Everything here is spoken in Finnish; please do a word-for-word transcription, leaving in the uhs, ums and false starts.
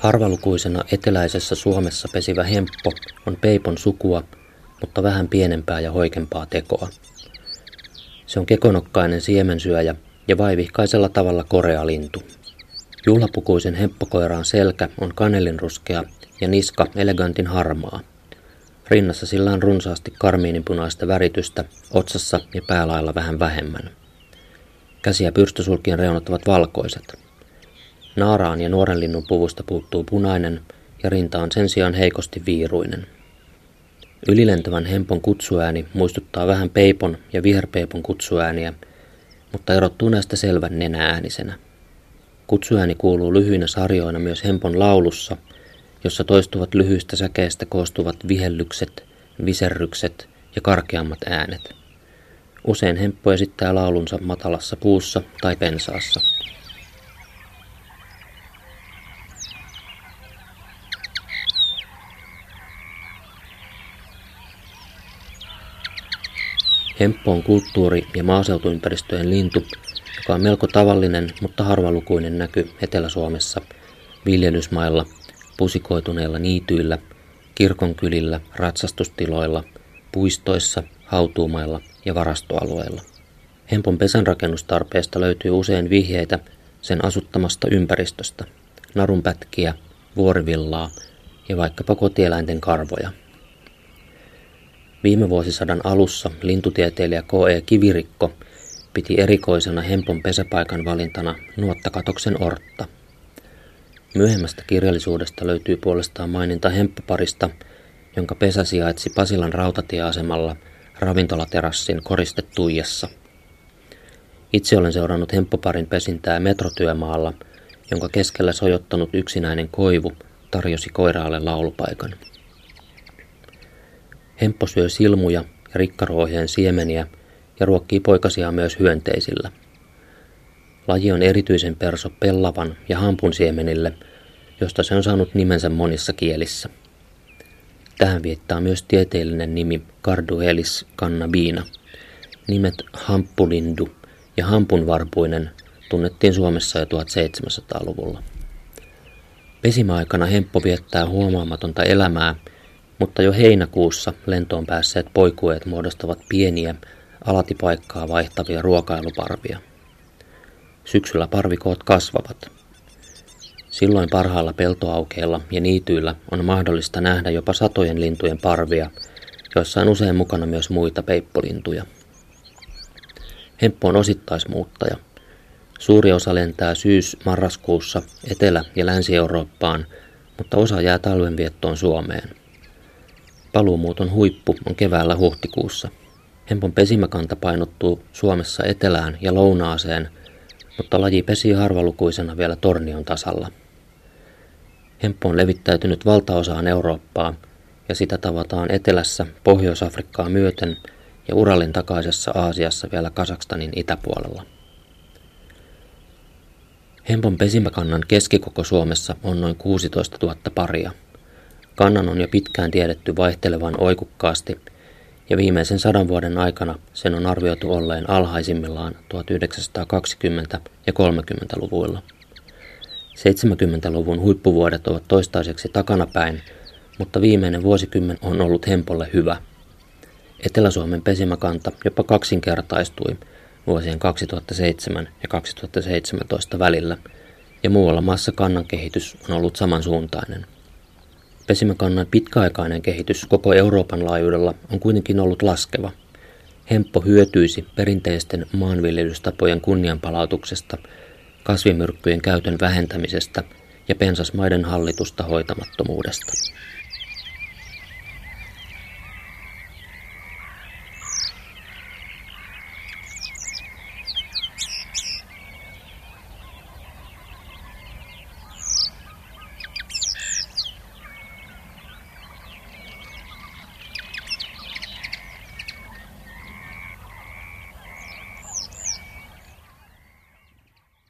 Harvalukuisena eteläisessä Suomessa pesivä hemppo on peipon sukua, mutta vähän pienempää ja hoikempaa tekoa. Se on kekonokkainen siemensyöjä ja vaivihkaisella tavalla korea lintu. Juhlapukuisen hemppokoiraan selkä on kanelinruskea ja niska elegantin harmaa. Rinnassa sillä on runsaasti karmiininpunaista väritystä, otsassa ja päälailla vähän vähemmän. Käsi- ja pyrstösulkien reunat ovat valkoiset. Naaraan ja nuoren linnun puvusta puuttuu punainen ja rinta on sen sijaan heikosti viiruinen. Ylilentävän hempon kutsuääni muistuttaa vähän peipon ja viherpeipon kutsuääniä, mutta erottuu näistä selvän nenäänisenä. Kutsuääni kuuluu lyhyinä sarjoina myös hempon laulussa, jossa toistuvat lyhyistä säkeistä koostuvat vihellykset, viserrykset ja karkeammat äänet. Usein hemppo esittää laulunsa matalassa puussa tai pensaassa. Hemppo on kulttuuri- ja maaseutuympäristöjen lintu, joka on melko tavallinen, mutta harvalukuinen näky Etelä-Suomessa, viljelysmailla, pusikoituneilla niityillä, kirkonkylillä, ratsastustiloilla, puistoissa, hautuumailla ja varastoalueilla. Hempon pesänrakennustarpeesta löytyy usein vihjeitä sen asuttamasta ympäristöstä, narunpätkiä, vuorivillaa ja vaikkapa kotieläinten karvoja. Viime vuosisadan alussa lintutieteilijä K E Kivirikko piti erikoisena hempon pesäpaikan valintana nuottakatoksen ortta. Myöhemmästä kirjallisuudesta löytyy puolestaan maininta hemppoparista, jonka pesä sijaitsi Pasilan rautatieasemalla ravintolaterassin koristetuijassa. Itse olen seurannut hemppoparin pesintää metrotyömaalla, jonka keskellä sojottanut yksinäinen koivu tarjosi koiraalle laulupaikan. Hemppo syö silmuja ja rikkaruohien siemeniä ja ruokkii poikasiaan myös hyönteisillä. Laji on erityisen perso pellavan ja hampun siemenille, josta se on saanut nimensä monissa kielissä. Tähän viittaa myös tieteellinen nimi Carduelis cannabina. Nimet hamppulindu ja hampunvarpuinen tunnettiin Suomessa jo tuhatseitsemänsataaluvulla. Pesimäaikana hemppo viettää huomaamatonta elämää, mutta jo heinäkuussa lentoon päässeet poikueet muodostavat pieniä, alati paikkaa vaihtavia ruokailuparvia. Syksyllä parvikoot kasvavat. Silloin parhailla peltoaukeilla ja niityillä on mahdollista nähdä jopa satojen lintujen parvia, joissa on usein mukana myös muita peippolintuja. Hemppo on osittaismuuttaja. Suuri osa lentää syys-marraskuussa Etelä- ja Länsi-Eurooppaan, mutta osa jää talvenviettoon Suomeen. Paluumuuton huippu on keväällä huhtikuussa. Hempon pesimäkanta painottuu Suomessa etelään ja lounaaseen, mutta laji pesii harvalukuisena vielä Tornion tasalla. Hemppo on levittäytynyt valtaosaan Eurooppaa ja sitä tavataan etelässä Pohjois-Afrikkaa myöten ja Uralin takaisessa Aasiassa vielä Kazakstanin itäpuolella. Hempon pesimäkannan keskikoko Suomessa on noin kuusitoistatuhatta paria. Kannan on jo pitkään tiedetty vaihtelevan oikukkaasti ja viimeisen sadan vuoden aikana sen on arvioitu olleen alhaisimmillaan tuhatyhdeksänsataakaksikymmentä- ja kolmekymmentäluvuilla. seitsemänkymmentäluvun huippuvuodet ovat toistaiseksi takanapäin, mutta viimeinen vuosikymmen on ollut hempolle hyvä. Etelä-Suomen pesimäkanta jopa kaksinkertaistui vuosien kaksituhattaseitsemän ja kaksituhattaseitsemäntoista välillä, ja muualla maassa kannan kehitys on ollut samansuuntainen. Pesimäkannan pitkäaikainen kehitys koko Euroopan laajuudella on kuitenkin ollut laskeva. Hemppo hyötyisi perinteisten maanviljelystapojen kunnianpalautuksesta, kasvimyrkkyjen käytön vähentämisestä ja pensasmaiden hallitusta hoitamattomuudesta.